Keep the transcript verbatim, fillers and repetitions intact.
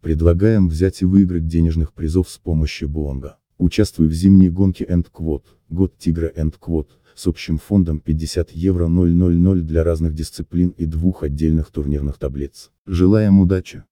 Предлагаем взять и выиграть денежных призов с помощью Буонга. Участвуй в зимней гонке Endquod, Год Тигра Endquod, с общим фондом пятьдесят евро ноль ноль ноль для разных дисциплин и двух отдельных турнирных таблиц. Желаем удачи!